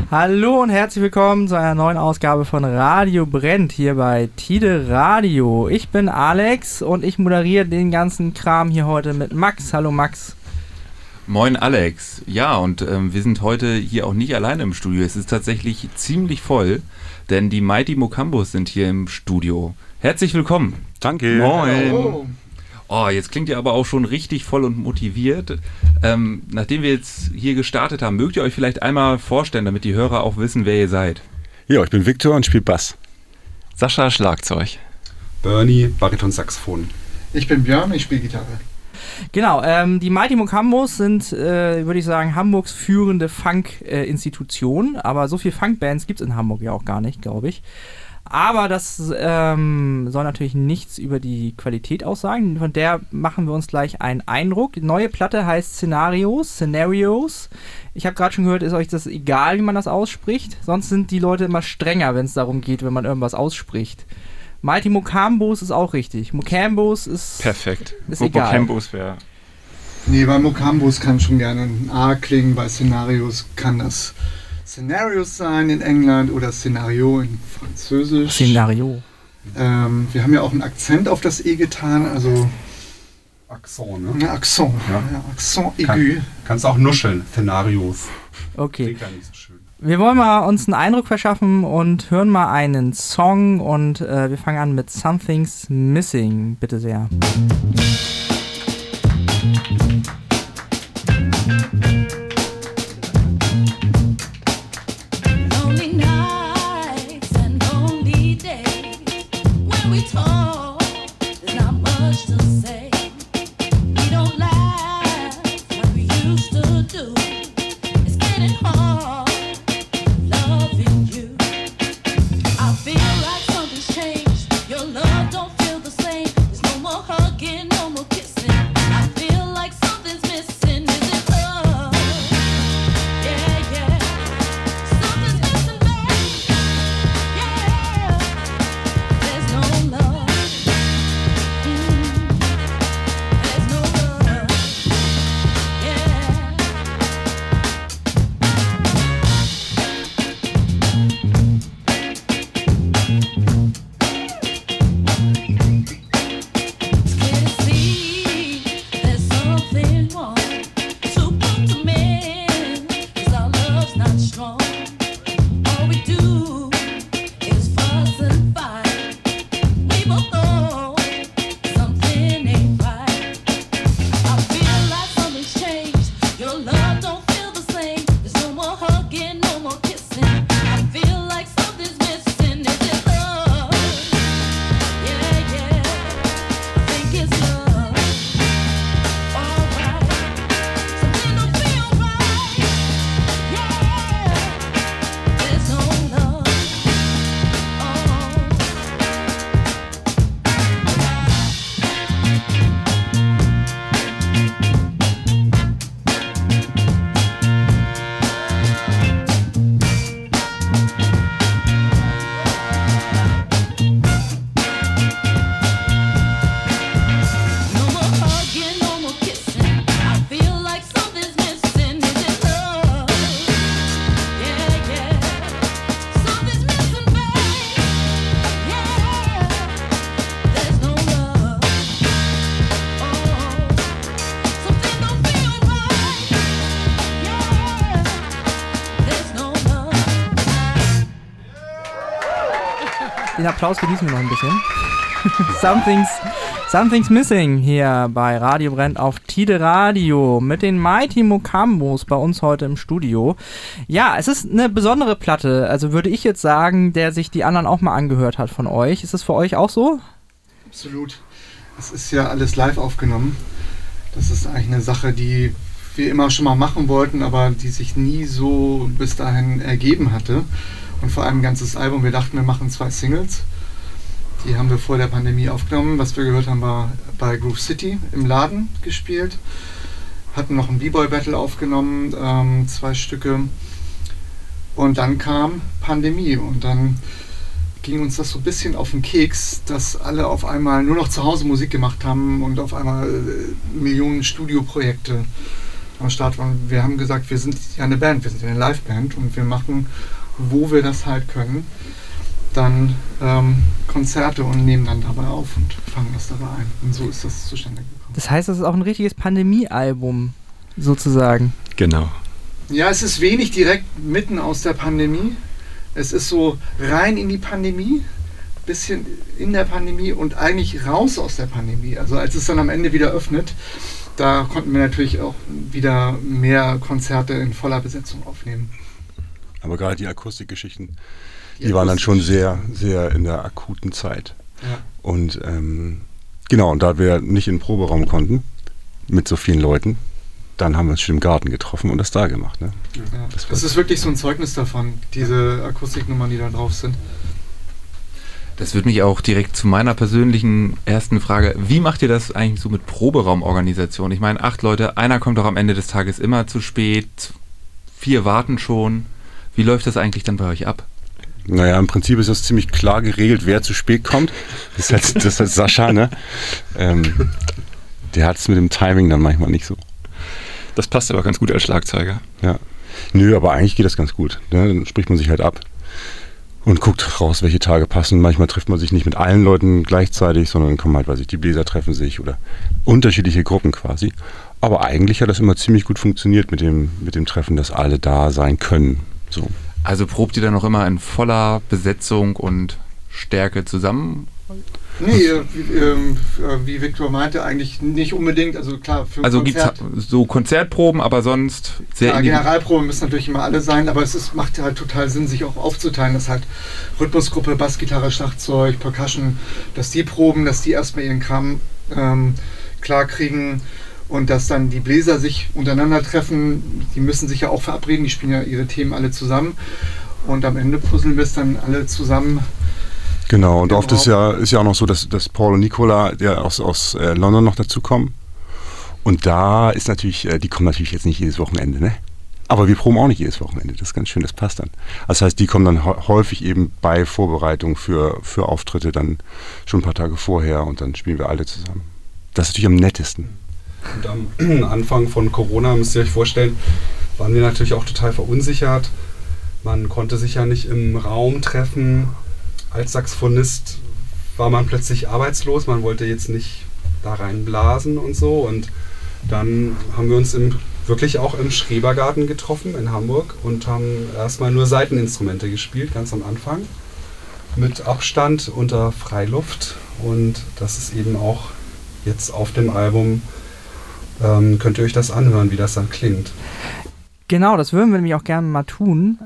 Hallo und herzlich willkommen zu einer neuen Ausgabe von Radio Brennt hier bei Tide Radio. Ich bin Alex und ich moderiere den ganzen Kram hier heute mit Max. Hallo Max. Moin Alex. Ja, und wir sind heute hier auch nicht alleine im Studio. Es ist tatsächlich ziemlich voll, denn die Mighty Mokambos sind hier im Studio. Herzlich willkommen. Danke. Moin. Hallo. Oh, jetzt klingt ihr aber auch schon richtig voll und motiviert. Nachdem wir jetzt hier gestartet haben, mögt ihr euch vielleicht einmal vorstellen, damit die Hörer auch wissen, wer ihr seid? Ja, ich bin Viktor und spiele Bass. Sascha, Schlagzeug. Bernie, Bariton-Saxophon. Ich bin Björn, ich spiele Gitarre. Genau, die Mighty Mokambos sind, würde ich sagen, Hamburgs führende Funk-Institution. Aber so viele Funk-Bands gibt es in Hamburg ja auch gar nicht, glaube ich. Aber das soll natürlich nichts über die Qualität aussagen. Von der machen wir uns gleich einen Eindruck. Die neue Platte heißt Scenarios. Ich habe gerade schon gehört, ist euch das egal, wie man das ausspricht? Sonst sind die Leute immer strenger, wenn es darum geht, wenn man irgendwas ausspricht. Mighty Mokambos ist auch richtig. Mokambos ist perfekt. Ist egal. Mokambos wäre... Nee, bei Mokambos kann schon gerne ein A klingen, bei Szenarios kann das Szenarios sein in England oder Szenario in Französisch. Szenario. Wir haben ja auch einen Akzent auf das E getan, also Akzent, ne? Akzent, Ja. Akzent aigu. Kannst auch nuscheln, Szenarios. Okay. Klingt ja nicht so schön. Wir wollen mal uns einen Eindruck verschaffen und hören mal einen Song und wir fangen an mit Something's Missing. Bitte sehr. Den Applaus genießen wir noch ein bisschen. Something's Missing hier bei Radio Brennt auf Tide Radio mit den Mighty Mokambos bei uns heute im Studio. Ja, es ist eine besondere Platte, also würde ich jetzt sagen, der sich die anderen auch mal angehört hat von euch. Ist das für euch auch so? Absolut. Es ist ja alles live aufgenommen. Das ist eigentlich eine Sache, die wir immer schon mal machen wollten, aber die sich nie so bis dahin ergeben hatte. Und vor allem ein ganzes Album. Wir dachten, wir machen 2 Singles. Die haben wir vor der Pandemie aufgenommen. Was wir gehört haben, war bei Groove City im Laden gespielt. Hatten noch ein B-Boy-Battle aufgenommen, 2 Stücke. Und dann kam Pandemie. Und dann ging uns das so ein bisschen auf den Keks, dass alle auf einmal nur noch zu Hause Musik gemacht haben und auf einmal Millionen Studioprojekte am Start waren. Wir haben gesagt, wir sind ja eine Band, wir sind ja eine Liveband und wir machen, wo wir das halt können, dann Konzerte und nehmen dann dabei auf und fangen das dabei ein. Und so ist das zustande gekommen. Das heißt, das ist auch ein richtiges Pandemie-Album, sozusagen. Genau. Ja, es ist wenig direkt mitten aus der Pandemie. Es ist so rein in die Pandemie, bisschen in der Pandemie und eigentlich raus aus der Pandemie. Also als es dann am Ende wieder öffnet, da konnten wir natürlich auch wieder mehr Konzerte in voller Besetzung aufnehmen. Aber gerade die Akustikgeschichten, die waren dann schon sehr, sehr in der akuten Zeit. Ja. Und genau, und da wir nicht in den Proberaum konnten, mit so vielen Leuten, dann haben wir uns schon im Garten getroffen und das da gemacht. Ne? Ja. Das ist wirklich so ein Zeugnis davon, diese Akustiknummern, die da drauf sind. Das führt mich auch direkt zu meiner persönlichen ersten Frage. Wie macht ihr das eigentlich so mit Proberaumorganisation? Ich meine, 8 Leute, einer kommt doch am Ende des Tages immer zu spät, 4 warten schon. Wie läuft das eigentlich dann bei euch ab? Naja, im Prinzip ist das ziemlich klar geregelt, wer zu spät kommt. Das ist halt Sascha, ne? Der hat es mit dem Timing dann manchmal nicht so. Das passt aber ganz gut als Schlagzeuger. Ja. Nö, aber eigentlich geht das ganz gut. Ne? Dann spricht man sich halt ab und guckt raus, welche Tage passen. Manchmal trifft man sich nicht mit allen Leuten gleichzeitig, sondern dann kommen halt, weiß ich, die Bläser treffen sich oder unterschiedliche Gruppen quasi. Aber eigentlich hat das immer ziemlich gut funktioniert mit dem Treffen, dass alle da sein können. So. Also probt ihr dann noch immer in voller Besetzung und Stärke zusammen? Nee, wie Viktor meinte, eigentlich nicht unbedingt. Also klar, für Also ein gibt es so Konzertproben, aber sonst sehr ja, Generalproben müssen natürlich immer alle sein, aber macht halt total Sinn, sich auch aufzuteilen, dass halt Rhythmusgruppe, Bassgitarre, Schlagzeug, Percussion, dass die proben, dass die erstmal ihren Kram klar kriegen und dass dann die Bläser sich untereinander treffen. Die müssen sich ja auch verabreden, die spielen ja ihre Themen alle zusammen und am Ende puzzeln wir es dann alle zusammen. Genau, und oft ist ja auch noch so, dass Paul und Nicola ja aus London noch dazukommen. Und da ist natürlich, die kommen natürlich jetzt nicht jedes Wochenende, ne? Aber wir proben auch nicht jedes Wochenende, das ist ganz schön, das passt dann. Das heißt, die kommen dann häufig eben bei Vorbereitung für Auftritte dann schon ein paar Tage vorher und dann spielen wir alle zusammen. Das ist natürlich am nettesten. Und am Anfang von Corona, müsst ihr euch vorstellen, waren wir natürlich auch total verunsichert. Man konnte sich ja nicht im Raum treffen. Als Saxophonist war man plötzlich arbeitslos, man wollte jetzt nicht da reinblasen und so. Und dann haben wir uns wirklich auch im Schrebergarten getroffen in Hamburg und haben erstmal nur Saiteninstrumente gespielt, ganz am Anfang. Mit Abstand unter Freiluft. Und das ist eben auch jetzt auf dem Album, könnt ihr euch das anhören, wie das dann klingt. Genau, das würden wir nämlich auch gerne mal tun.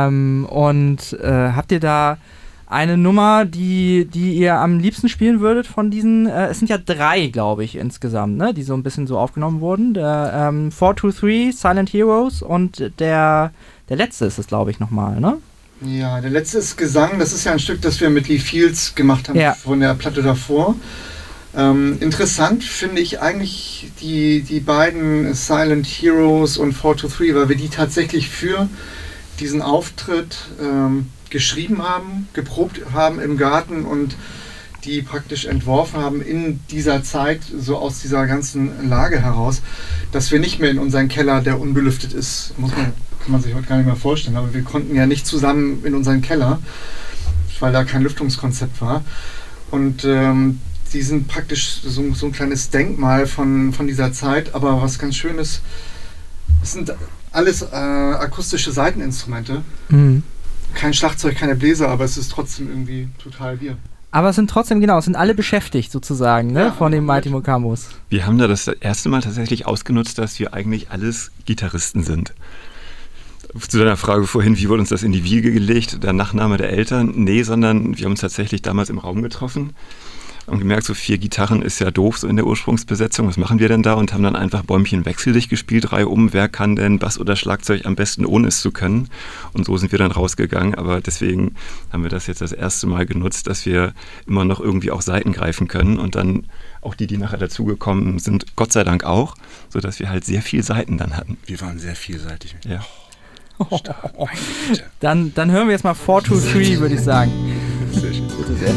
Habt ihr da eine Nummer, die ihr am liebsten spielen würdet von diesen, es sind ja 3, glaube ich, insgesamt, ne, die so ein bisschen so aufgenommen wurden. Der 423, Silent Heroes und der letzte ist es, glaube ich, nochmal, ne? Ja, der letzte ist Gesang, das ist ja ein Stück, das wir mit Lee Fields gemacht haben, von der Platte davor. Interessant finde ich eigentlich die beiden Silent Heroes und 423, weil wir die tatsächlich für diesen Auftritt geschrieben haben, geprobt haben im Garten und die praktisch entworfen haben in dieser Zeit, so aus dieser ganzen Lage heraus, dass wir nicht mehr in unseren Keller, der unbelüftet ist, kann man sich heute gar nicht mehr vorstellen, aber wir konnten ja nicht zusammen in unseren Keller, weil da kein Lüftungskonzept war. Und die sind praktisch so ein kleines Denkmal von dieser Zeit, aber was ganz schön ist, es sind alles akustische Saiteninstrumente. Mhm. Kein Schlagzeug, keine Bläser, aber es ist trotzdem irgendwie total wir. Aber es sind trotzdem, es sind alle beschäftigt sozusagen, ne, von den Mighty Mocambos. Wir haben da das erste Mal tatsächlich ausgenutzt, dass wir eigentlich alles Gitarristen sind. Zu deiner Frage vorhin, wie wurde uns das in die Wiege gelegt, der Nachname der Eltern? Nee, sondern wir haben uns tatsächlich damals im Raum getroffen und gemerkt, so 4 Gitarren ist ja doof, so in der Ursprungsbesetzung. Was machen wir denn da? Und haben dann einfach Bäumchen wechselig gespielt, Reihe um. Wer kann denn Bass oder Schlagzeug am besten, ohne es zu können? Und so sind wir dann rausgegangen. Aber deswegen haben wir das jetzt das erste Mal genutzt, dass wir immer noch irgendwie auch Saiten greifen können. Und dann auch die nachher dazugekommen sind, Gott sei Dank auch, sodass wir halt sehr viel Saiten dann hatten. Wir waren sehr vielseitig. Ja. Stark. Dann hören wir jetzt mal 423, würde ich sagen. Sehr schön. Bitte sehr.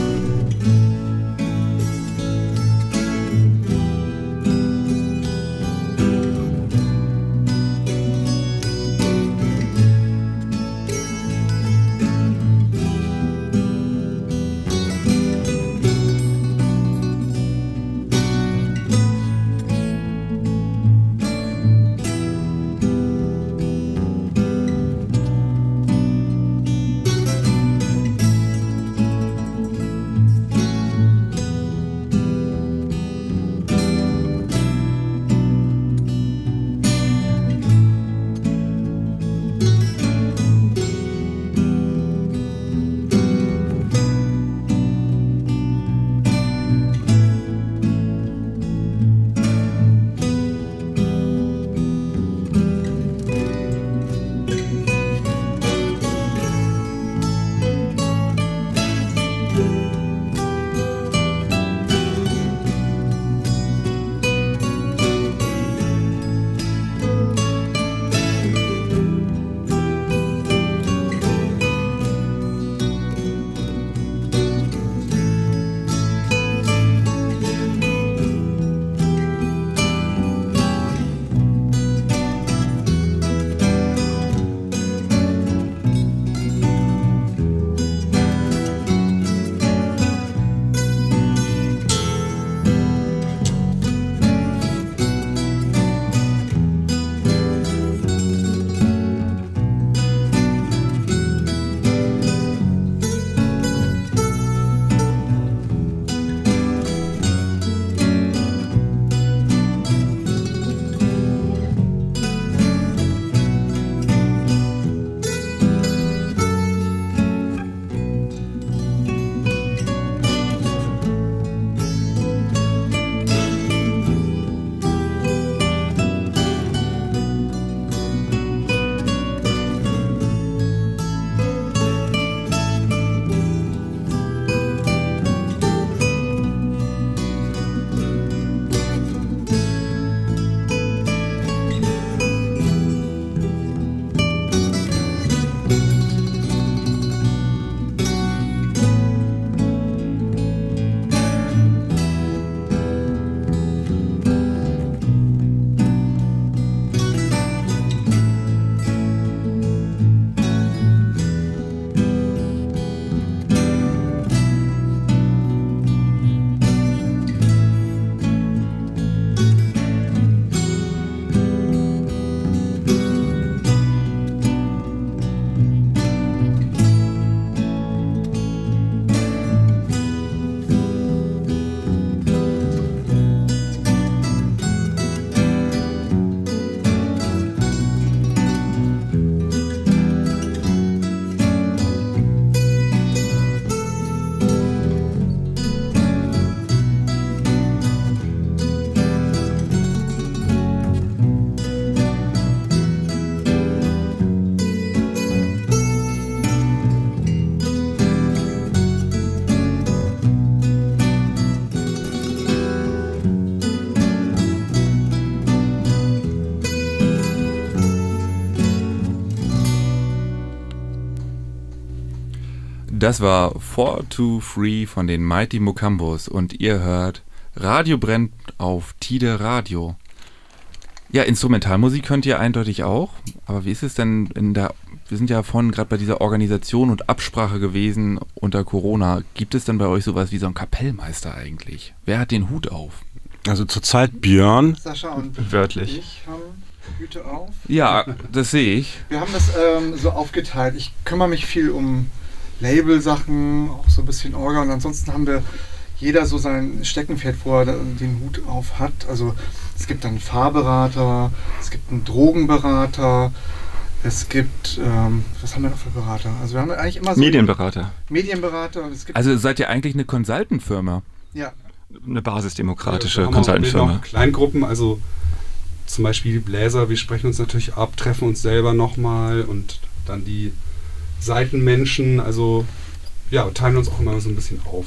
Das war 423 von den Mighty Mokambos und ihr hört Radio brennt auf Tide Radio. Ja, Instrumentalmusik könnt ihr eindeutig auch, aber wie ist es denn wir sind ja vorhin gerade bei dieser Organisation und Absprache gewesen unter Corona. Gibt es denn bei euch sowas wie so einen Kapellmeister eigentlich? Wer hat den Hut auf? Also zurzeit Björn. Sascha und Wörtlich. ich haben Hüte auf. Ja, das sehe ich. Wir haben das so aufgeteilt. Ich kümmere mich viel um Labelsachen, auch so ein bisschen Orga und ansonsten haben wir jeder so sein Steckenpferd, wo er den Hut auf hat. Also es gibt dann einen Fahrberater, es gibt einen Drogenberater, es gibt, was haben wir noch für Berater? Also wir haben eigentlich immer so Medienberater. Medienberater und es gibt... Also seid ihr eigentlich eine Consultant-Firma? Ja. Eine basisdemokratische wir haben auch Consultant-Firma. Kleingruppen, also zum Beispiel die Bläser, wir sprechen uns natürlich ab, treffen uns selber nochmal und dann die Seitenmenschen, also ja, teilen uns auch immer so ein bisschen auf.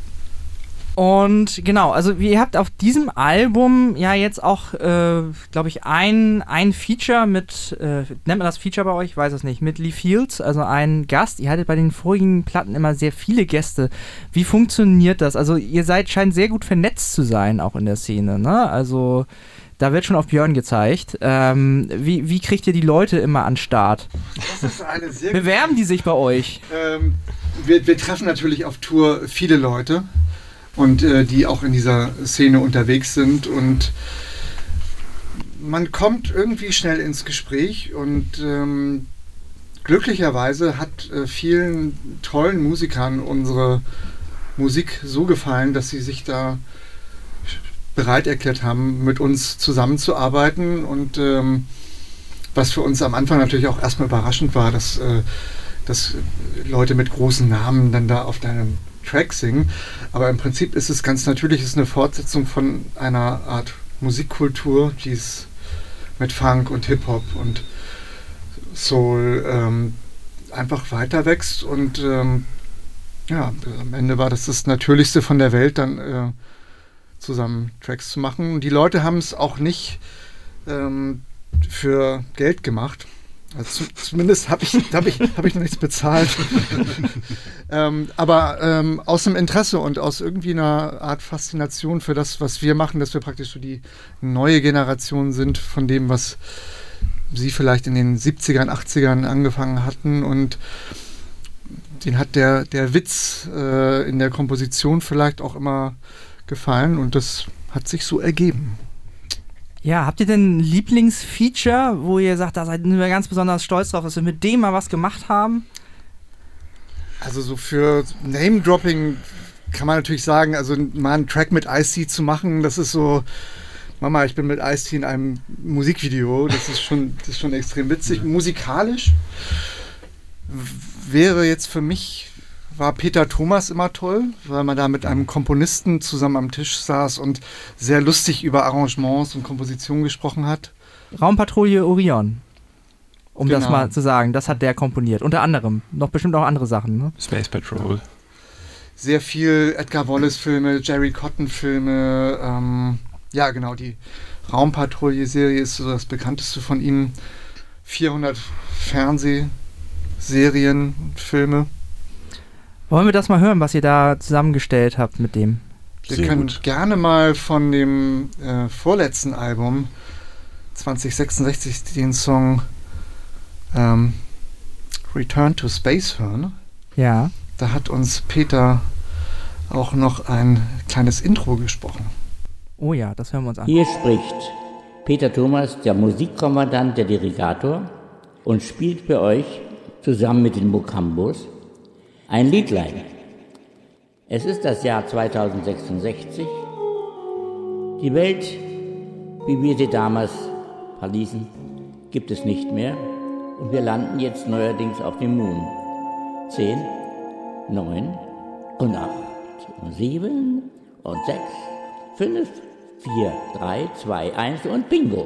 Und genau, also ihr habt auf diesem Album ja jetzt auch, glaube ich, ein Feature mit, nennt man das Feature bei euch? Ich weiß es nicht, mit Lee Fields, also ein Gast. Ihr hattet bei den vorigen Platten immer sehr viele Gäste. Wie funktioniert das? Also ihr scheint sehr gut vernetzt zu sein, auch in der Szene, ne? Also da wird schon auf Björn gezeigt. Wie kriegt ihr die Leute immer an den Start? Das ist eine sehr Bewerben die sich bei euch? Wir treffen natürlich auf Tour viele Leute und die auch in dieser Szene unterwegs sind und man kommt irgendwie schnell ins Gespräch und glücklicherweise hat vielen tollen Musikern unsere Musik so gefallen, dass sie sich da bereit erklärt haben, mit uns zusammenzuarbeiten und was für uns am Anfang natürlich auch erstmal überraschend war, dass Leute mit großen Namen dann da auf deinem Track singen. Aber im Prinzip ist es ganz natürlich, es ist eine Fortsetzung von einer Art Musikkultur, die es mit Funk und Hip-Hop und Soul einfach weiter wächst und ja, am Ende war das Natürlichste von der Welt, dann zusammen Tracks zu machen. Und die Leute haben es auch nicht für Geld gemacht. Also zumindest habe ich noch nichts bezahlt. Aber aus dem Interesse und aus irgendwie einer Art Faszination für das, was wir machen, dass wir praktisch so die neue Generation sind von dem, was sie vielleicht in den 70ern, 80ern angefangen hatten. Und den hat der Witz in der Komposition vielleicht auch immer gefallen und das hat sich so ergeben. Ja, habt ihr denn ein Lieblingsfeature, wo ihr sagt, da seid ihr ganz besonders stolz drauf, dass wir mit dem mal was gemacht haben? Also so für Name-Dropping kann man natürlich sagen, also mal einen Track mit Ice-T zu machen, das ist so, Mama, ich bin mit Ice-T in einem Musikvideo, das ist schon extrem witzig. Musikalisch wäre jetzt für mich, war Peter Thomas immer toll, weil man da mit einem Komponisten zusammen am Tisch saß und sehr lustig über Arrangements und Kompositionen gesprochen hat. Raumpatrouille Orion, um Genau. das mal zu sagen, das hat der komponiert. Unter anderem, noch bestimmt auch andere Sachen, ne? Space Patrol. Sehr viel Edgar Wallace-Filme, Jerry Cotton-Filme, ja genau, die Raumpatrouille-Serie ist so das bekannteste von ihm. 400 Fernsehserien und Filme. Wollen wir das mal hören, was ihr da zusammengestellt habt mit dem? Wir Sehr können gut. gerne mal von dem vorletzten Album 2066 den Song Return to Space hören. Ja. Da hat uns Peter auch noch ein kleines Intro gesprochen. Oh ja, das hören wir uns an. Hier spricht Peter Thomas, der Musikkommandant, der Dirigator, und spielt für euch zusammen mit den Mokambos ein Liedlein. Es ist das Jahr 2066. Die Welt, wie wir sie damals verließen, gibt es nicht mehr. Und wir landen jetzt neuerdings auf dem Moon. 10, 9 und 8 und 7 und 6, 5, 4, 3, 2, 1 und Bingo.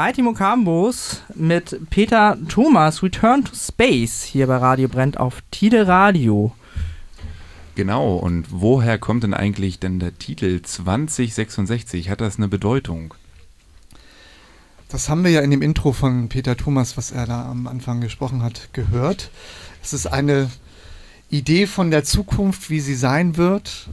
Mighty Mocambos mit Peter Thomas, Return to Space, hier bei Radio Brennt auf Tide Radio. Genau, und woher kommt denn eigentlich denn der Titel 2066? Hat das eine Bedeutung? Das haben wir ja in dem Intro von Peter Thomas, was er da am Anfang gesprochen hat, gehört. Es ist eine Idee von der Zukunft, wie sie sein wird.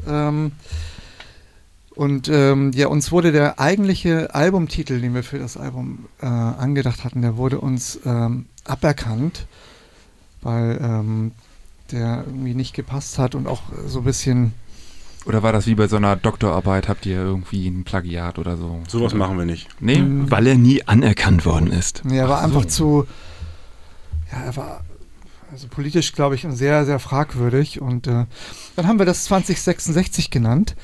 Uns wurde der eigentliche Albumtitel, den wir für das Album angedacht hatten, der wurde uns aberkannt, weil der irgendwie nicht gepasst hat und auch so ein bisschen... Oder war das wie bei so einer Doktorarbeit? Habt ihr irgendwie ein Plagiat oder so? Sowas machen wir nicht. Nee? Weil er nie anerkannt worden ist. Nee, er war einfach zu... Ja, er war also politisch, glaube ich, sehr, sehr fragwürdig. Und dann haben wir das 2066 genannt.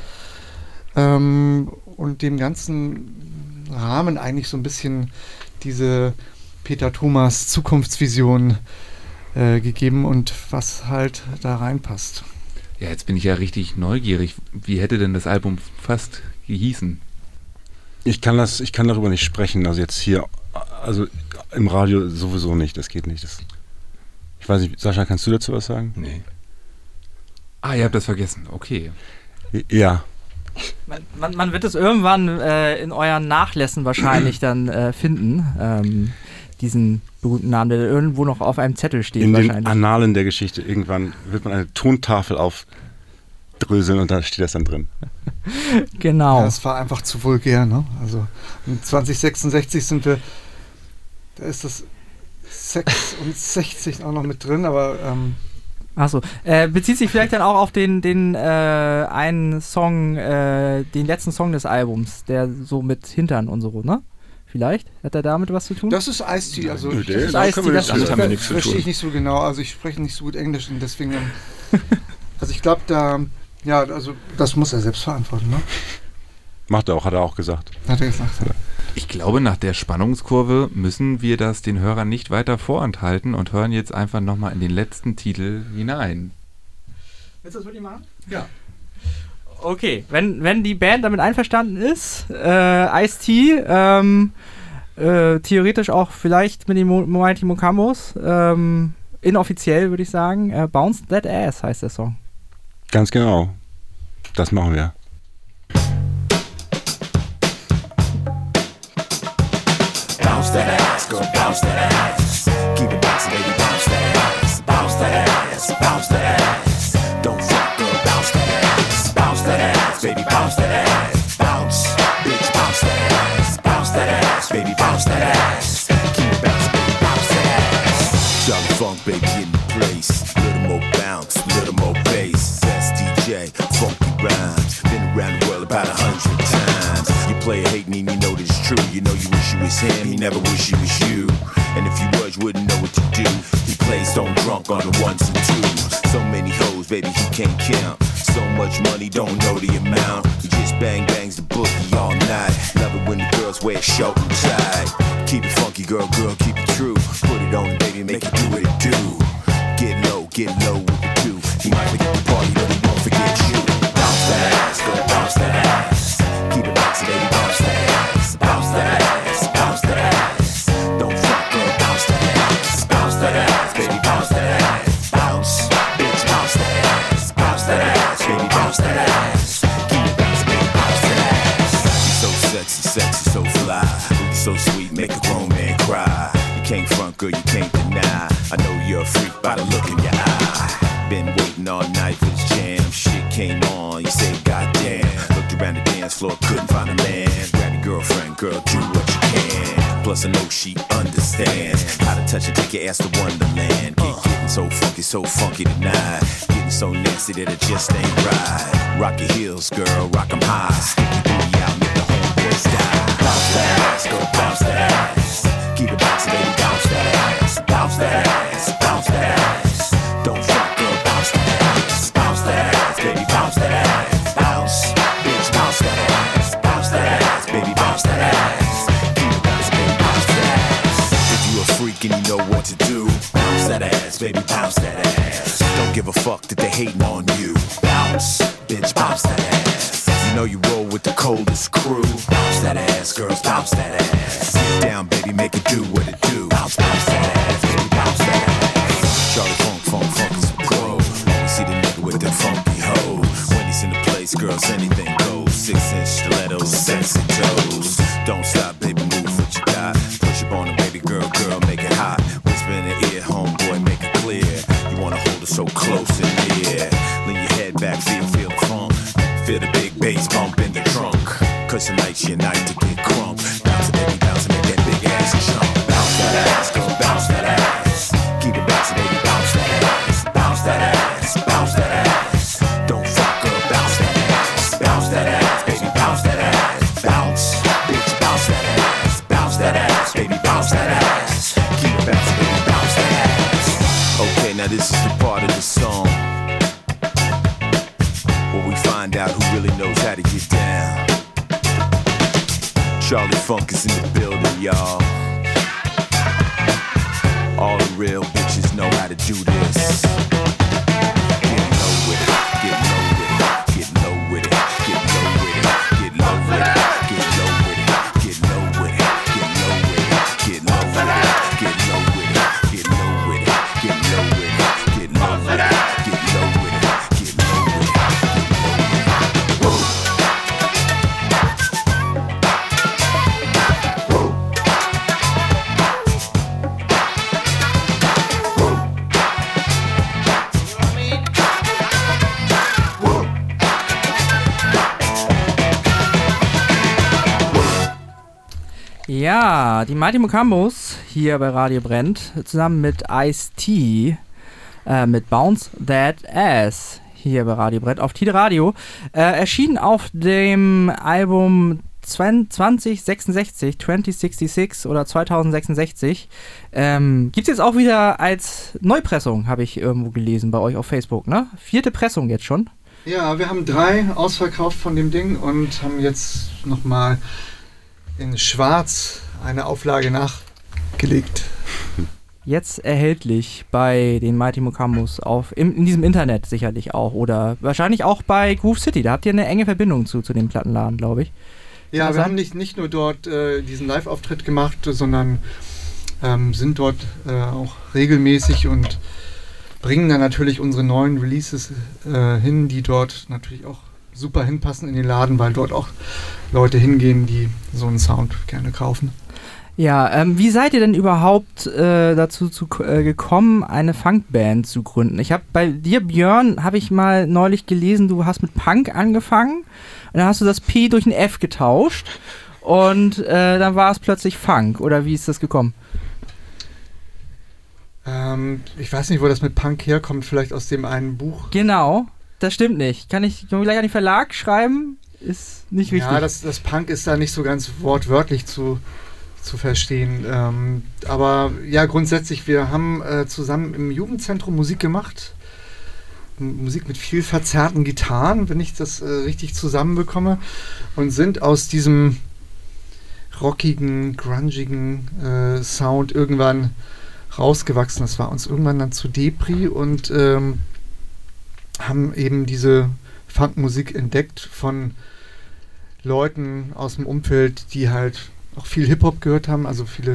Und dem ganzen Rahmen eigentlich so ein bisschen diese Peter Thomas Zukunftsvision gegeben und was halt da reinpasst. Ja, jetzt bin ich ja richtig neugierig. Wie hätte denn das Album fast gehießen? Ich kann darüber nicht sprechen. Also jetzt hier, also im Radio sowieso nicht. Das geht nicht. Ich weiß nicht, Sascha, kannst du dazu was sagen? Nee. Ah, ihr habt das vergessen. Okay. Ja. Man wird es irgendwann in euren Nachlässen wahrscheinlich dann finden. Diesen berühmten Namen, der irgendwo noch auf einem Zettel steht. In wahrscheinlich. den Annalen der Geschichte irgendwann wird man eine Tontafel aufdröseln und da steht das dann drin. Genau. Ja, das war einfach zu vulgär, ne? Also in 2066 sind wir, da ist das 66 auch noch mit drin, aber Achso, bezieht sich vielleicht dann auch auf den einen Song, den letzten Song des Albums, der so mit Hintern und so, ne? Vielleicht? Hat er damit was zu tun? das ist Ice-T, also Nö, das ist da Ice-T, können wir das nichts damit haben wir nichts zu verstehe tun. ich nicht so genau, also ich spreche nicht so gut Englisch und deswegen, also ich glaube also das muss er selbst verantworten, ne? Macht er auch, hat er auch gesagt. Hat er gesagt. Ich glaube, nach der Spannungskurve müssen wir das den Hörern nicht weiter vorenthalten und hören jetzt einfach nochmal in den letzten Titel hinein. Willst du das wirklich machen? Ja. Okay, wenn die Band damit einverstanden ist, Ice-T, theoretisch auch vielleicht mit den Mighty Mocambos, inoffiziell würde ich sagen, Bounce That Ass heißt der Song. Ganz genau. Das machen wir. Bounce that ass, go bounce that ass. Keep it bouncing, baby, bounce that ass. Bounce that ass, bounce that ass. Don't fuck, girl, bounce that ass. Bounce that ass, baby, bounce that ass. Bounce, bitch, bounce that ass. Bounce that ass, baby, bounce that ass. Keep it bouncing, baby, bounce that ass. Young funk, baby, in the place. Little more bounce, little more bass. Best DJ, funky rhymes. Been around the world about 100 times. You play hating and you know this is true. You know you wish you was him, you never wish you was you. And if you was, you wouldn't know what to do. He plays stone drunk on the ones and twos. So many hoes, baby, he can't count. So much money, don't know the amount. He just bang bangs the boogie all night. Love it when the girls wear short and tight. Keep it funky, girl, keep it true. Put it on, baby, make it do what it do. Get low with the two. He might forget the party, but he won't forget you. Bounce that ass, girl, bounce that ass. Keep it bouncing, baby, bounce that ass. Bounce that ass, bounce that ass. Don't fuck, girl, bounce that ass. Bounce that ass, baby, bounce that ass. Bounce, bitch, bounce that ass. Bounce that ass, baby, bounce that ass. Keep it bouncing, baby, bounce that ass. You're so sexy, so fly. Looking so sweet, make a grown man cry. You can't front, girl, you can't deny. I know you're a freak by the look in your eye. Been waiting all night for this jam. Shit came on, you say goddamn. Looked around the dance floor, couldn't find a man. Grab your girlfriend, girl, do what you can. Plus I know she understands how to touch and take your ass to Wonderland. Getting so funky tonight. Getting so nasty that it just ain't right. Rock your heels, girl, rock 'em high. Stick your booty out, make the homeboys die. Bounce that ass, girl, bounce that ass. Keep it bouncing, baby, bounce that ass. Bounce that ass, bounce that ass. Don't fuck, girl, bounce that ass. Bounce that ass, baby, bounce that ass. Bounce, bitch, bounce that ass. Bounce that ass, baby, bounce that ass. Keep it bouncing, baby, bounce that ass. If you a freak and you know what to do, bounce that ass, baby, bounce that ass. Don't give a fuck that they hating on you. Bounce, bitch, bounce that ass. You know you roll with the coldest crew. Bounce that ass, girls, bounce that ass. Sit down, baby, do what it do. Bounce, bounce that ass, baby, bounce that ass. Charlie Funk is a pro. You see the nigga with that funky hoe. When he's in the place, girls, anything goes. 6-inch stilettos, sexy toes. Don't stop, baby, move what you got. Push up on the baby girl, make it hot. Whisper in the ear, homeboy, make it clear. You wanna hold her so close in here. Lean your head back, feel the funk. Feel the big bass bump in the trunk. Cause tonight's your night to get crunk. Bounce it, baby, bounce and make that big ass jump. Bounce that ass, go bounce that ass. Keep it bouncing, baby, bounce that ass. Bounce that ass, bounce that ass. Don't fuck up, bounce that ass. Bounce that ass, baby, bounce that ass. Bounce, bitch, bounce that ass. Bounce that ass, baby, bounce that ass. Keep it bouncing, baby, bounce that ass. Okay, now this is the part of the song where we find out who really knows how to get down. Charlie Funk is in the building, y'all. All the real bitches know how to do this. Get low with it, get low with it, get low with it, get low with it, get low with it, get low with it, get low with it, get low with it, get low with it, get low with it, get low with it, get low with it, get low with it, get low with it, get low with it, get low with it. Ja, die Mighty Mocambos hier bei Radio Brennt, zusammen mit Ice-T, mit Bounce That Ass hier bei Radio Brennt auf Tide Radio. Erschienen auf dem Album 2066 oder 2066. Gibt's jetzt auch wieder als Neupressung, habe ich irgendwo gelesen bei euch auf Facebook, ne? 4. Pressung jetzt schon. Ja, wir haben 3 ausverkauft von dem Ding und haben jetzt nochmal in Schwarz eine Auflage nachgelegt. Jetzt erhältlich bei den Mighty Mocambos in diesem Internet sicherlich auch oder wahrscheinlich auch bei Groove City. Da habt ihr eine enge Verbindung zu dem Plattenladen, glaube ich. Ja, wir haben nicht nur dort diesen Live-Auftritt gemacht, sondern sind dort auch regelmäßig und bringen dann natürlich unsere neuen Releases hin, die dort natürlich auch super hinpassen in den Laden, weil dort auch Leute hingehen, die so einen Sound gerne kaufen. Ja, wie seid ihr denn überhaupt dazu gekommen, eine Funkband zu gründen? Ich habe bei dir, Björn, habe ich mal neulich gelesen, du hast mit Punk angefangen und dann hast du das P durch ein F getauscht und dann war es plötzlich Funk, oder wie ist das gekommen? Ich weiß nicht, wo das mit Punk herkommt, vielleicht aus dem einen Buch. Genau, das stimmt nicht. Können wir gleich an den Verlag schreiben? Ist nicht richtig. Ja, das Punk ist da nicht so ganz wortwörtlich zu verstehen. Aber ja, grundsätzlich, wir haben zusammen im Jugendzentrum Musik gemacht. Musik mit viel verzerrten Gitarren, wenn ich das richtig zusammenbekomme. Und sind aus diesem rockigen, grungigen Sound irgendwann rausgewachsen. Das war uns irgendwann dann zu Depri und haben eben diese Funkmusik entdeckt von Leuten aus dem Umfeld, die halt auch viel Hip-Hop gehört haben, also viele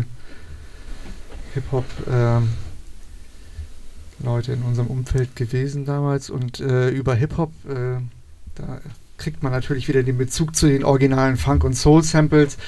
Hip-Hop-Leute in unserem Umfeld gewesen damals und über Hip-Hop, da kriegt man natürlich wieder den Bezug zu den originalen Funk- und Soul-Samples,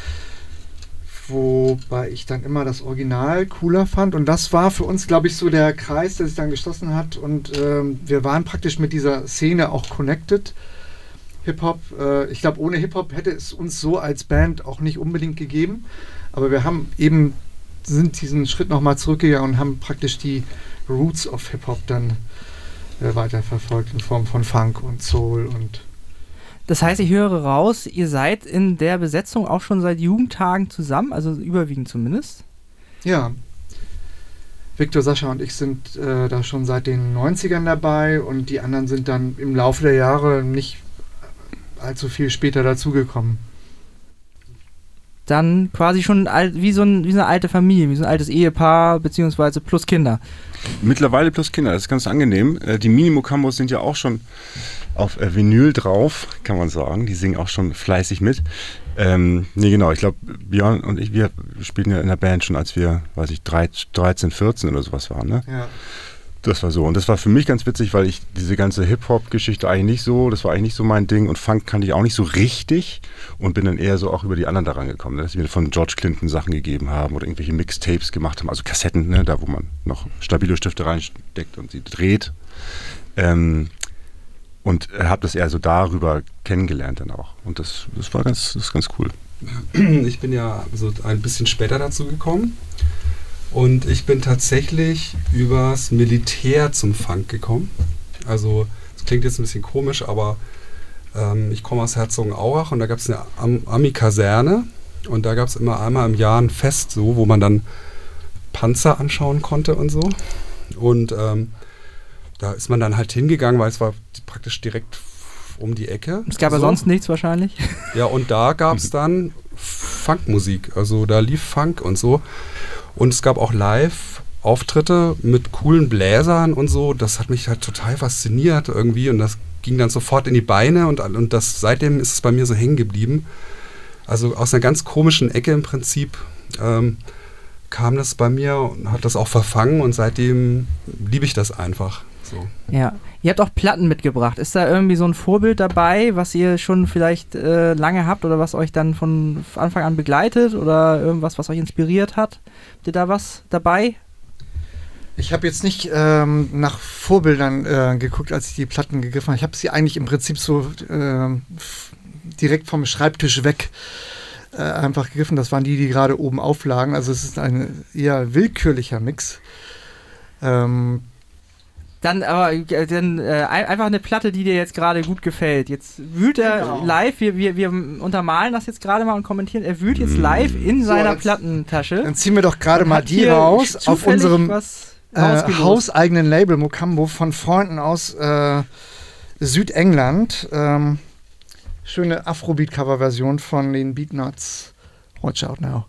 wobei ich dann immer das Original cooler fand und das war für uns, glaube ich, so der Kreis, der sich dann geschlossen hat und wir waren praktisch mit dieser Szene auch connected. Hip-Hop, ich glaube, ohne Hip-Hop hätte es uns so als Band auch nicht unbedingt gegeben, aber wir sind diesen Schritt nochmal zurückgegangen und haben praktisch die Roots of Hip-Hop dann weiterverfolgt in Form von Funk und Soul und das heißt, ich höre raus, ihr seid in der Besetzung auch schon seit Jugendtagen zusammen, also überwiegend zumindest? Ja. Viktor, Sascha und ich sind da schon seit den 90ern dabei und die anderen sind dann im Laufe der Jahre nicht allzu viel später dazugekommen. Dann quasi schon wie so eine alte Familie, wie so ein altes Ehepaar, beziehungsweise plus Kinder. Mittlerweile plus Kinder, das ist ganz angenehm. Die Mini Mocambos sind ja auch schon auf Vinyl drauf, kann man sagen. Die singen auch schon fleißig mit. Nee, genau. Ich glaube, Björn und ich, wir spielten ja in der Band schon, als wir, 13, 14 oder sowas waren, ne? Ja. Das war so. Und das war für mich ganz witzig, weil ich diese ganze Hip-Hop-Geschichte eigentlich nicht so, das war eigentlich nicht so mein Ding. Und Funk kannte ich auch nicht so richtig und bin dann eher so auch über die anderen daran gekommen, ne? Dass sie mir von George Clinton Sachen gegeben haben oder irgendwelche Mixtapes gemacht haben, also Kassetten, ne? Da wo man noch Stabilo-Stifte reinsteckt und sie dreht. Und habe das eher so darüber kennengelernt dann auch. Und das ist ganz cool. Ich bin ja so ein bisschen später dazu gekommen. Und ich bin tatsächlich übers Militär zum Funk gekommen. Also, das klingt jetzt ein bisschen komisch, aber ich komme aus Herzogenaurach und da gab es eine Ami-Kaserne. Und da gab es immer einmal im Jahr ein Fest, so, wo man dann Panzer anschauen konnte und so. Und da ist man dann halt hingegangen, weil es war praktisch direkt um die Ecke. Es gab ja sonst nichts wahrscheinlich. Ja, und da gab es dann Funkmusik. Also da lief Funk und so. Und es gab auch Live-Auftritte mit coolen Bläsern und so. Das hat mich halt total fasziniert irgendwie. Und das ging dann sofort in die Beine. Und seitdem ist es bei mir so hängen geblieben. Also aus einer ganz komischen Ecke im Prinzip kam das bei mir und hat das auch verfangen. Und seitdem liebe ich das einfach. So. Ja, ihr habt auch Platten mitgebracht. Ist da irgendwie so ein Vorbild dabei, was ihr schon vielleicht lange habt oder was euch dann von Anfang an begleitet oder irgendwas, was euch inspiriert hat? Habt ihr da was dabei? Ich habe jetzt nicht nach Vorbildern geguckt, als ich die Platten gegriffen habe. Ich habe sie eigentlich im Prinzip so direkt vom Schreibtisch weg einfach gegriffen. Das waren die gerade oben auflagen. Also es ist ein eher willkürlicher Mix. Dann einfach eine Platte, die dir jetzt gerade gut gefällt. Jetzt wühlt er live, wir untermalen das jetzt gerade mal und kommentieren, er wühlt jetzt live in seiner Plattentasche. Dann ziehen wir doch gerade mal die raus auf unserem hauseigenen Label Mocambo von Freunden aus Südengland. Schöne Afrobeat-Cover-Version von den Beatnuts. Watch out now.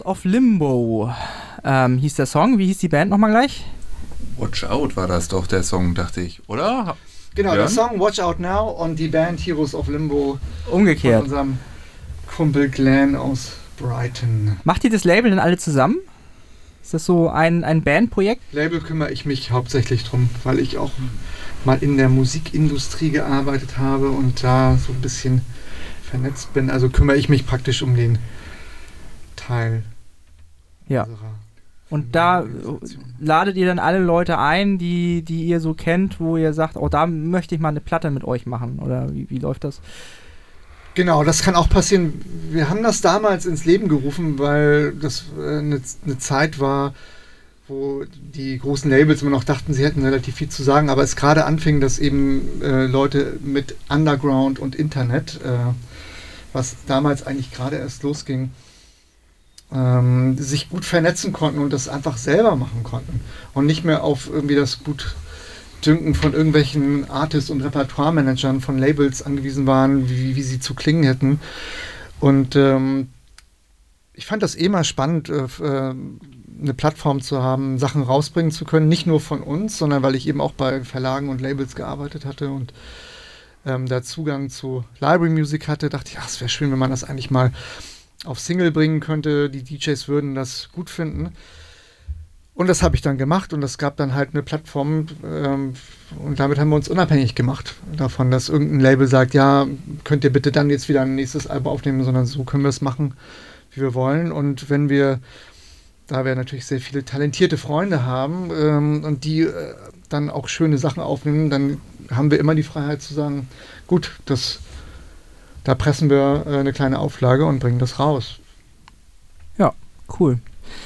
of Limbo hieß der Song. Wie hieß die Band nochmal gleich? Watch Out war das doch der Song, dachte ich, oder? Genau, Ja. der Song Watch Out Now und die Band Heroes of Limbo Umgekehrt. von unserem Kumpel Glenn aus Brighton. Macht ihr das Label denn alle zusammen? Ist das so ein Bandprojekt? Label kümmere ich mich hauptsächlich drum, weil ich auch mal in der Musikindustrie gearbeitet habe und da so ein bisschen vernetzt bin. Also kümmere ich mich praktisch um den Teil Ja. unserer Und da Organisation. ladet ihr dann alle Leute ein, die ihr so kennt, wo ihr sagt, oh, da möchte ich mal eine Platte mit euch machen? Oder wie läuft das? Genau, das kann auch passieren. Wir haben das damals ins Leben gerufen, weil das eine Zeit war, wo die großen Labels immer noch dachten, sie hätten relativ viel zu sagen, aber es gerade anfing, dass eben Leute mit Underground und Internet, was damals eigentlich gerade erst losging, sich gut vernetzen konnten und das einfach selber machen konnten und nicht mehr auf irgendwie das Gutdünken von irgendwelchen Artists und Repertoire-Managern von Labels angewiesen waren, wie sie zu klingen hätten. Und ich fand das mal spannend, eine Plattform zu haben, Sachen rausbringen zu können, nicht nur von uns, sondern weil ich eben auch bei Verlagen und Labels gearbeitet hatte und da Zugang zu Library Music hatte, dachte ich, ach, es wäre schön, wenn man das eigentlich mal auf Single bringen könnte. Die DJs würden das gut finden. Und das habe ich dann gemacht und es gab dann halt eine Plattform und damit haben wir uns unabhängig gemacht davon, dass irgendein Label sagt, ja, könnt ihr bitte dann jetzt wieder ein nächstes Album aufnehmen, sondern so können wir es machen, wie wir wollen. Und wenn wir, da wir natürlich sehr viele talentierte Freunde haben und die dann auch schöne Sachen aufnehmen, dann haben wir immer die Freiheit zu sagen, gut, da pressen wir eine kleine Auflage und bringen das raus. Ja, cool.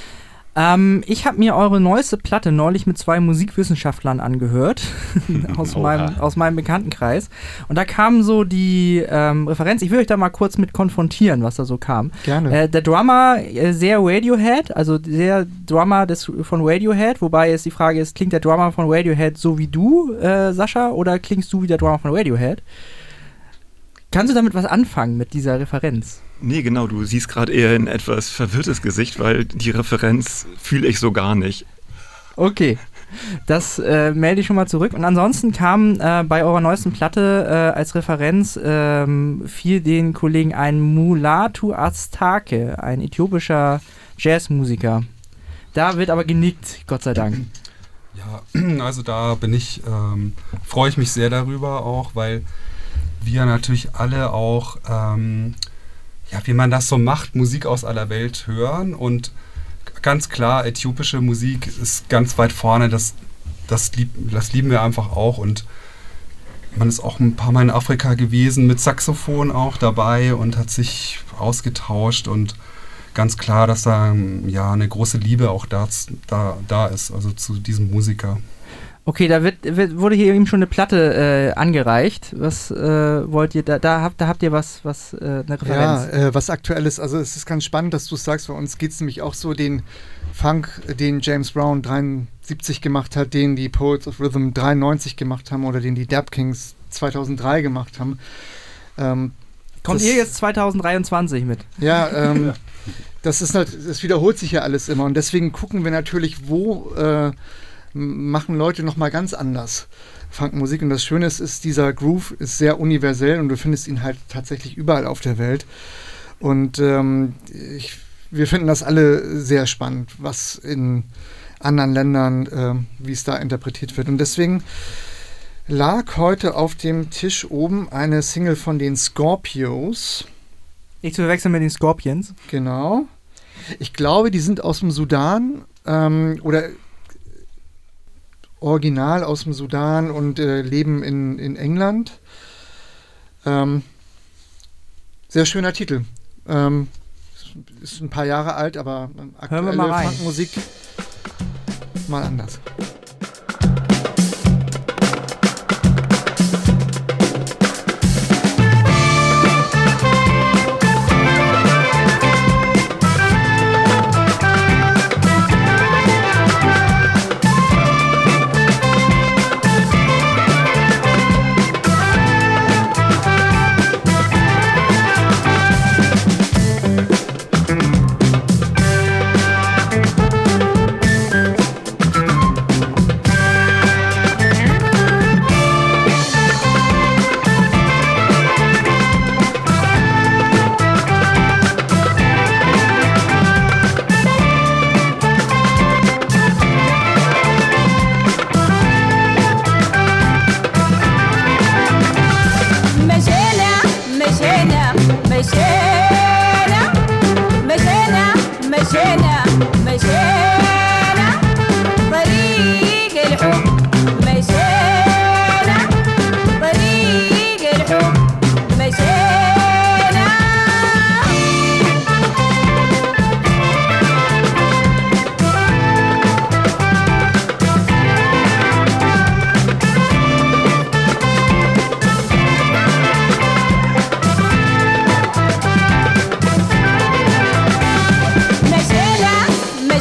Ich habe mir eure neueste Platte neulich mit 2 Musikwissenschaftlern angehört, aus meinem Bekanntenkreis. Und da kam so die Referenz, ich will euch da mal kurz mit konfrontieren, was da so kam. Gerne. Der Drummer, sehr Radiohead, also der Drummer von Radiohead, wobei jetzt die Frage ist, klingt der Drummer von Radiohead so wie du, Sascha, oder klingst du wie der Drummer von Radiohead? Kannst du damit was anfangen, mit dieser Referenz? Nee, genau, du siehst gerade eher ein etwas verwirrtes Gesicht, weil die Referenz fühle ich so gar nicht. Okay, das melde ich schon mal zurück. Und ansonsten kam bei eurer neuesten Platte als Referenz fiel den Kollegen ein Mulatu Aztake, ein äthiopischer Jazzmusiker. Da wird aber genickt, Gott sei Dank. Ja, also da freue ich mich sehr darüber auch, weil wir natürlich alle auch, wie man das so macht, Musik aus aller Welt hören und ganz klar, äthiopische Musik ist ganz weit vorne, das lieben wir einfach auch und man ist auch ein paar Mal in Afrika gewesen, mit Saxophon auch dabei und hat sich ausgetauscht und ganz klar, dass da eine große Liebe auch da ist, also zu diesem Musiker. Okay, da wurde hier eben schon eine Platte angereicht. Was wollt ihr, da habt ihr was eine Referenz? Ja, was Aktuelles. Also es ist ganz spannend, dass du es sagst. Bei uns geht es nämlich auch so, den Funk, den James Brown 73 gemacht hat, den die Poets of Rhythm 93 gemacht haben oder den die Dap Kings 2003 gemacht haben. Kommt ihr jetzt 2023 mit? Ja, das wiederholt sich ja alles immer und deswegen gucken wir natürlich, wo machen Leute nochmal ganz anders Funkmusik. Und das Schöne ist, dieser Groove ist sehr universell und du findest ihn halt tatsächlich überall auf der Welt. Und wir finden das alle sehr spannend, was in anderen Ländern, wie es da interpretiert wird. Und deswegen lag heute auf dem Tisch oben eine Single von den Scorpios. Nicht zu verwechseln mit den Scorpions. Genau. Ich glaube, die sind aus dem Sudan oder original aus dem Sudan und leben in England. Sehr schöner Titel. Ist ein paar Jahre alt, aber aktuelle Funkmusik mal anders.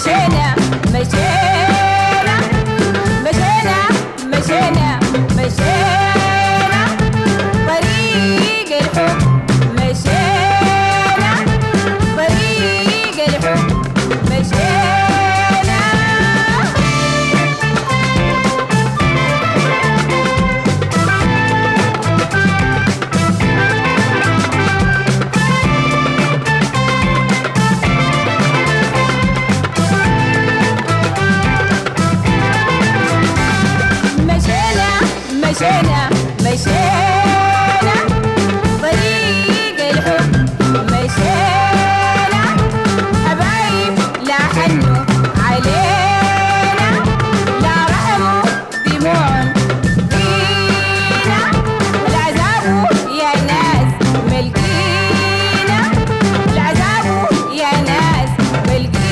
مشينا مشينا مشينا مشينا مشينا طريق الحب مشينا طريق الحب مشينا مشينا مشينا طريق الحب مشينا حبايب لا حنوا علينا لا رحموا دموع فينا العذاب يا ناس ملقينا العذاب يا ناس ملقينا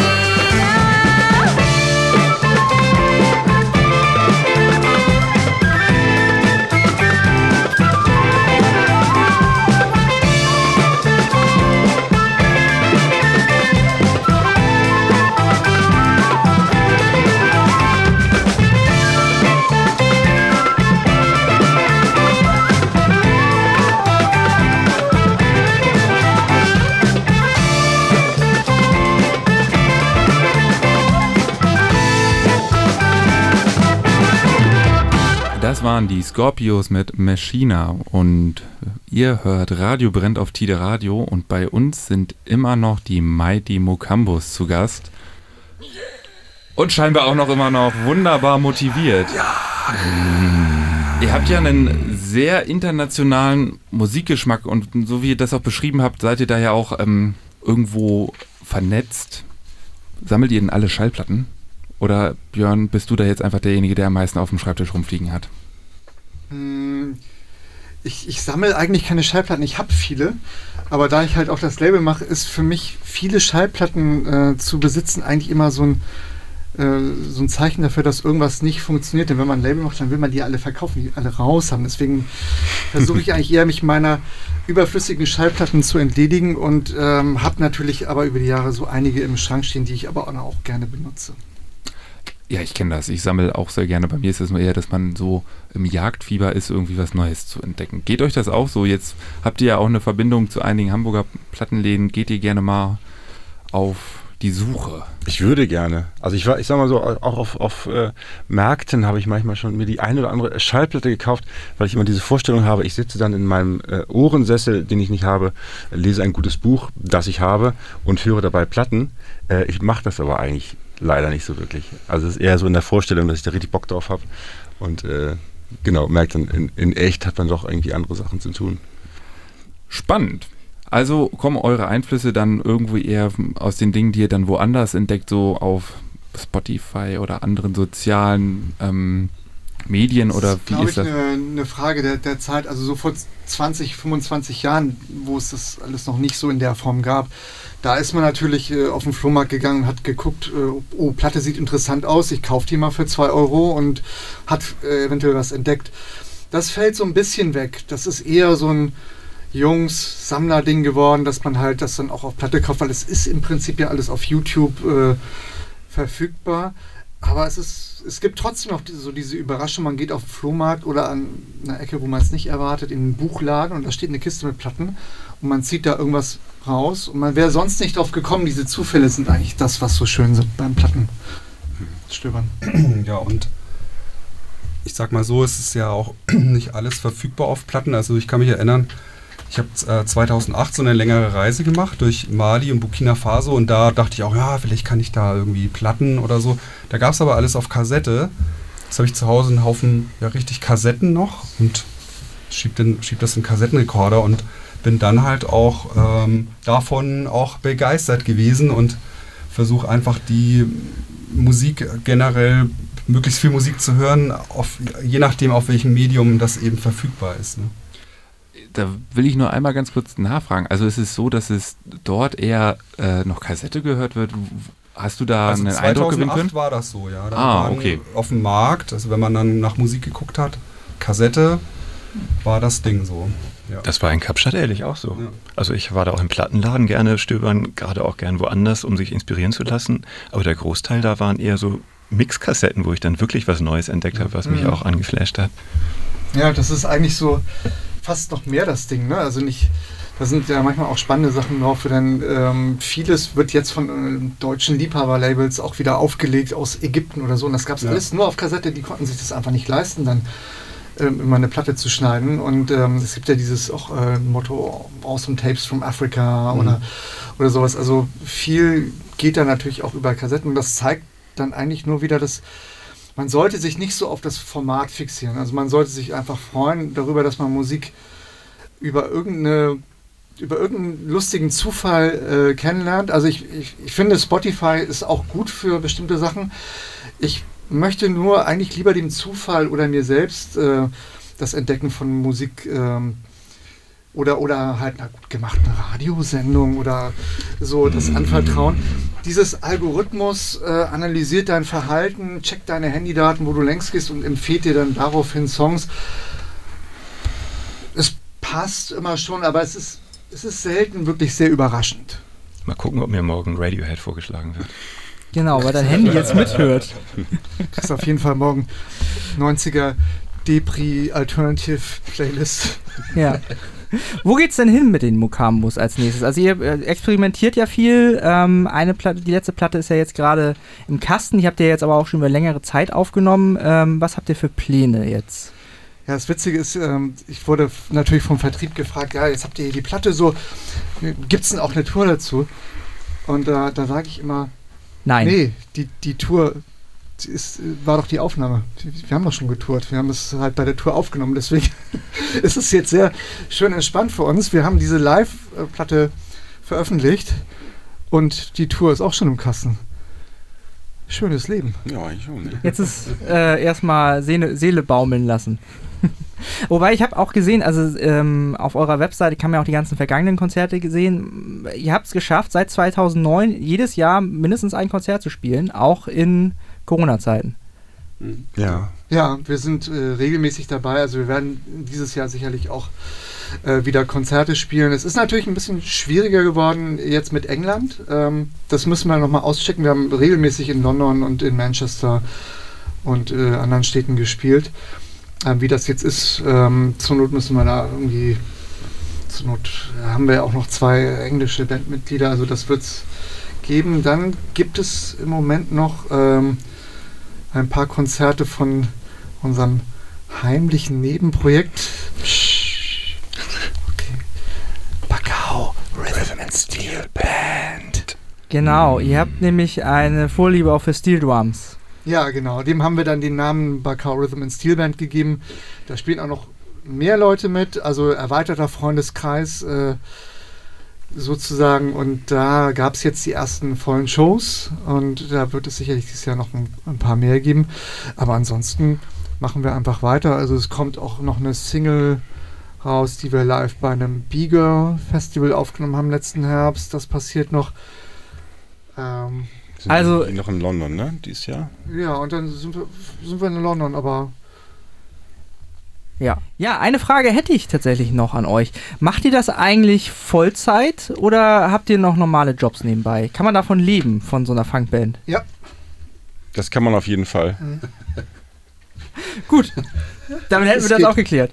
Das waren die Scorpios mit Machina und ihr hört Radio brennt auf Tide Radio und bei uns sind immer noch die Mighty Mokambos zu Gast und scheinbar auch noch immer noch wunderbar motiviert. Ja. Ihr habt ja einen sehr internationalen Musikgeschmack und so wie ihr das auch beschrieben habt, seid ihr da ja auch irgendwo vernetzt. Sammelt ihr denn alle Schallplatten? Oder Björn, bist du da jetzt einfach derjenige, der am meisten auf dem Schreibtisch rumfliegen hat? Ich sammle eigentlich keine Schallplatten, ich habe viele, aber da ich halt auch das Label mache, ist für mich viele Schallplatten zu besitzen eigentlich immer so ein Zeichen dafür, dass irgendwas nicht funktioniert. Denn wenn man ein Label macht, dann will man die alle verkaufen, die alle raus haben. Deswegen versuche ich eigentlich eher, mich meiner überflüssigen Schallplatten zu entledigen und habe natürlich aber über die Jahre so einige im Schrank stehen, die ich aber auch gerne benutze. Ja, ich kenne das. Ich sammle auch sehr gerne. Bei mir ist es nur eher, dass man so im Jagdfieber ist, irgendwie was Neues zu entdecken. Geht euch das auch so? Jetzt habt ihr ja auch eine Verbindung zu einigen Hamburger Plattenläden. Geht ihr gerne mal auf die Suche? Ich würde gerne. Also ich sag mal so, auch auf Märkten habe ich manchmal schon mir die eine oder andere Schallplatte gekauft, weil ich immer diese Vorstellung habe, ich sitze dann in meinem Ohrensessel, den ich nicht habe, lese ein gutes Buch, das ich habe und höre dabei Platten. Ich mache das aber eigentlich leider nicht so wirklich. Also es ist eher so in der Vorstellung, dass ich da richtig Bock drauf habe. Und genau, merkt dann, in echt hat man doch irgendwie andere Sachen zu tun. Spannend. Also kommen eure Einflüsse dann irgendwie eher aus den Dingen, die ihr dann woanders entdeckt, so auf Spotify oder anderen sozialen Medien oder wie ist das? Das ist, glaube ich, eine Frage der Zeit. Also so vor 20, 25 Jahren, wo es das alles noch nicht so in der Form gab, da ist man natürlich auf den Flohmarkt gegangen und hat geguckt, oh, Platte sieht interessant aus, ich kaufe die mal für 2 Euro und hat eventuell was entdeckt. Das fällt so ein bisschen weg. Das ist eher so ein Jungs-Sammler-Ding geworden, dass man halt das dann auch auf Platte kauft, weil es ist im Prinzip ja alles auf YouTube verfügbar. Aber es gibt trotzdem noch diese Überraschung, man geht auf den Flohmarkt oder an einer Ecke, wo man es nicht erwartet, in einen Buchladen und da steht eine Kiste mit Platten und man zieht da irgendwas raus und man wäre sonst nicht drauf gekommen. Diese Zufälle sind eigentlich das, was so schön sind beim Plattenstöbern. Ja, und ich sag mal so, es ist ja auch nicht alles verfügbar auf Platten. Also ich kann mich erinnern, ich habe 2008 so eine längere Reise gemacht durch Mali und Burkina Faso und da dachte ich auch, ja, vielleicht kann ich da irgendwie Platten oder so. Da gab es aber alles auf Kassette. Jetzt habe ich zu Hause einen Haufen, ja, richtig Kassetten noch und schieb das in den Kassettenrekorder und bin dann halt auch davon auch begeistert gewesen und versuche einfach die Musik generell, möglichst viel Musik zu hören, je nachdem auf welchem Medium das eben verfügbar ist. Ne? Da will ich nur einmal ganz kurz nachfragen. Also ist es so, dass es dort eher noch Kassette gehört wird? Hast du da einen Eindruck gewinnen können? 2008 war das so, ja. Da waren okay. Auf dem Markt, also wenn man dann nach Musik geguckt hat, Kassette war das Ding so. Ja. Das war in Kapstadt ehrlich auch so. Ja. Also ich war da auch im Plattenladen gerne stöbern, gerade auch gern woanders, um sich inspirieren zu lassen. Aber der Großteil da waren eher so Mixkassetten, wo ich dann wirklich was Neues entdeckt habe, was mich auch angeflasht hat. Ja, das ist eigentlich so fast noch mehr das Ding, ne? Also nicht, da sind ja manchmal auch spannende Sachen drauf, denn vieles wird jetzt von deutschen Liebhaber-Labels auch wieder aufgelegt aus Ägypten oder so. Und das gab es alles nur auf Kassette, die konnten sich das einfach nicht leisten, dann immer eine Platte zu schneiden. Und es gibt ja dieses auch Motto Awesome Tapes from Africa oder sowas. Also viel geht da natürlich auch über Kassetten. Das zeigt dann eigentlich nur wieder, dass man sollte sich nicht so auf das Format fixieren. Also man sollte sich einfach freuen darüber, dass man Musik über irgendeinen lustigen Zufall kennenlernt. Also ich finde, Spotify ist auch gut für bestimmte Sachen. Ich möchte nur eigentlich lieber dem Zufall oder mir selbst das Entdecken von Musik oder halt einer gut gemachten Radiosendung oder so das anvertrauen. Dieses Algorithmus analysiert dein Verhalten, checkt deine Handydaten, wo du längst gehst und empfiehlt dir dann daraufhin Songs. Es passt immer schon, aber es ist selten wirklich sehr überraschend. Mal gucken, ob mir morgen Radiohead vorgeschlagen wird. Genau, weil dein Handy jetzt mithört. Du kriegst auf jeden Fall morgen 90er Depri Alternative Playlist. Ja. Wo geht's denn hin mit den Mokambos als nächstes? Also ihr experimentiert ja viel. Die letzte Platte ist ja jetzt gerade im Kasten. Die habt ihr jetzt aber auch schon über längere Zeit aufgenommen. Was habt ihr für Pläne jetzt? Ja, das Witzige ist, ich wurde natürlich vom Vertrieb gefragt, ja, jetzt habt ihr hier die Platte so, gibt's denn auch eine Tour dazu? Und da sage ich immer, nein. Nee, die Tour war doch die Aufnahme. Wir haben doch schon getourt. Wir haben es halt bei der Tour aufgenommen. Deswegen ist es jetzt sehr schön entspannt für uns. Wir haben diese Live-Platte veröffentlicht und die Tour ist auch schon im Kasten. Schönes Leben. Ja, eigentlich schon. Ne? Jetzt ist erstmal Seele baumeln lassen. Wobei ich habe auch gesehen, also auf eurer Webseite kann man auch die ganzen vergangenen Konzerte sehen. Ihr habt es geschafft, seit 2009 jedes Jahr mindestens ein Konzert zu spielen, auch in Corona-Zeiten. Ja. Ja, wir sind regelmäßig dabei. Also wir werden dieses Jahr sicherlich auch wieder Konzerte spielen. Es ist natürlich ein bisschen schwieriger geworden jetzt mit England. Das müssen wir nochmal auschecken. Wir haben regelmäßig in London und in Manchester und anderen Städten gespielt. Wie das jetzt ist, zur Not müssen wir da irgendwie, zur Not haben wir ja auch noch 2 englische Bandmitglieder, also das wird es geben. Dann gibt es im Moment noch ein paar Konzerte von unserem heimlichen Nebenprojekt. Okay. Bakau Rhythm and Steel Band. Genau, ihr habt nämlich eine Vorliebe auch für Steel Drums. Ja, genau. Dem haben wir dann den Namen Bakau Rhythm and Steel Band gegeben. Da spielen auch noch mehr Leute mit, also erweiterter Freundeskreis sozusagen. Und da gab es jetzt die ersten vollen Shows und da wird es sicherlich dieses Jahr noch ein paar mehr geben. Aber ansonsten machen wir einfach weiter. Also es kommt auch noch eine Single raus, die wir live bei einem B-Girl-Festival aufgenommen haben letzten Herbst. Das passiert noch. Sind Also die noch in London, ne? Dieses Jahr? Ja, und dann sind wir in London, aber ja. Ja, eine Frage hätte ich tatsächlich noch an euch. Macht ihr das eigentlich Vollzeit oder habt ihr noch normale Jobs nebenbei? Kann man davon leben, von so einer Funkband? ja. Das kann man auf jeden Fall. Gut, damit hätten wir das auch geklärt.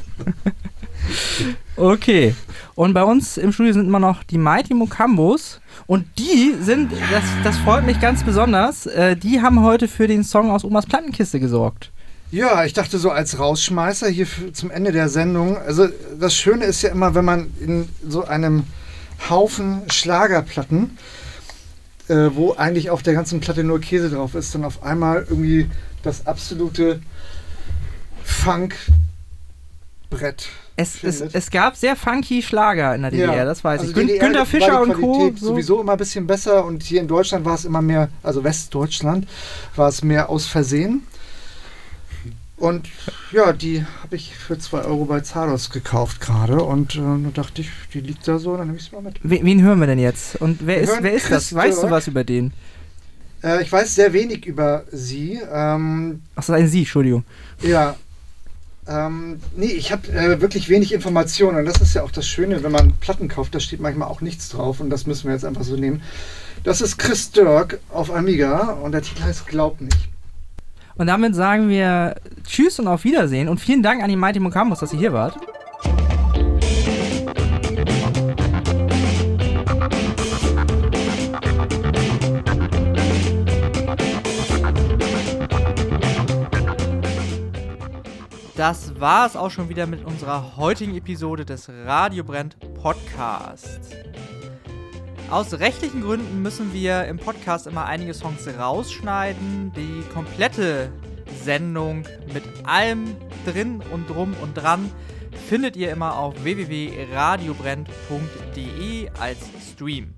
Okay, und bei uns im Studio sind immer noch die Mighty Mokambos. Und die sind, das freut mich ganz besonders, die haben heute für den Song aus Omas Plattenkiste gesorgt. Ja, ich dachte so als Rausschmeißer hier zum Ende der Sendung. Also das Schöne ist ja immer, wenn man in so einem Haufen Schlagerplatten, wo eigentlich auf der ganzen Platte nur Käse drauf ist, dann auf einmal irgendwie das absolute Funkbrett. Es gab sehr funky Schlager in der DDR, das weiß ich. DDR Günter Fischer war die und Co. Qualität So. sowieso immer ein bisschen besser und hier in Deutschland war es immer mehr, also Westdeutschland war es mehr aus Versehen. Und ja, die habe ich für 2 Euro bei Zados gekauft gerade und da dachte ich, die liegt da so, dann nehme ich sie mal mit. Wen hören wir denn jetzt? Und wer Wir hören ist das? Chris Weißt du Dirk. was über den? Ich weiß sehr wenig über sie. Ach, das ist ein Sie, Entschuldigung. Ja, Nee, ich habe wirklich wenig Informationen und das ist ja auch das Schöne, wenn man Platten kauft, da steht manchmal auch nichts drauf und das müssen wir jetzt einfach so nehmen. Das ist Chris Dirk auf Amiga und der Titel heißt Glaub nicht. Und damit sagen wir Tschüss und auf Wiedersehen und vielen Dank an die Mighty Mocambos, dass ihr hier wart. Das war es auch schon wieder mit unserer heutigen Episode des Radio Brennt Podcasts. Aus rechtlichen Gründen müssen wir im Podcast immer einige Songs rausschneiden. Die komplette Sendung mit allem drin und drum und dran findet ihr immer auf www.radiobrennt.de als Stream.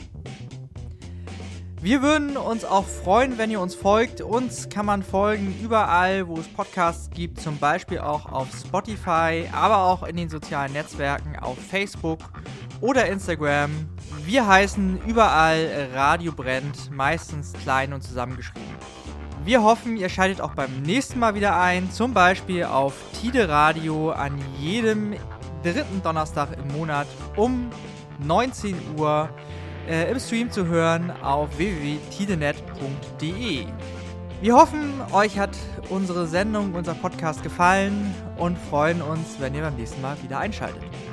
Wir würden uns auch freuen, wenn ihr uns folgt. Uns kann man folgen überall, wo es Podcasts gibt, zum Beispiel auch auf Spotify, aber auch in den sozialen Netzwerken auf Facebook oder Instagram. Wir heißen überall Radio Brennt, meistens klein und zusammengeschrieben. Wir hoffen, ihr schaltet auch beim nächsten Mal wieder ein, zum Beispiel auf Tide Radio an jedem dritten Donnerstag im Monat um 19 Uhr. Im Stream zu hören auf www.tidenet.de. Wir hoffen, euch hat unsere Sendung, unser Podcast gefallen und freuen uns, wenn ihr beim nächsten Mal wieder einschaltet.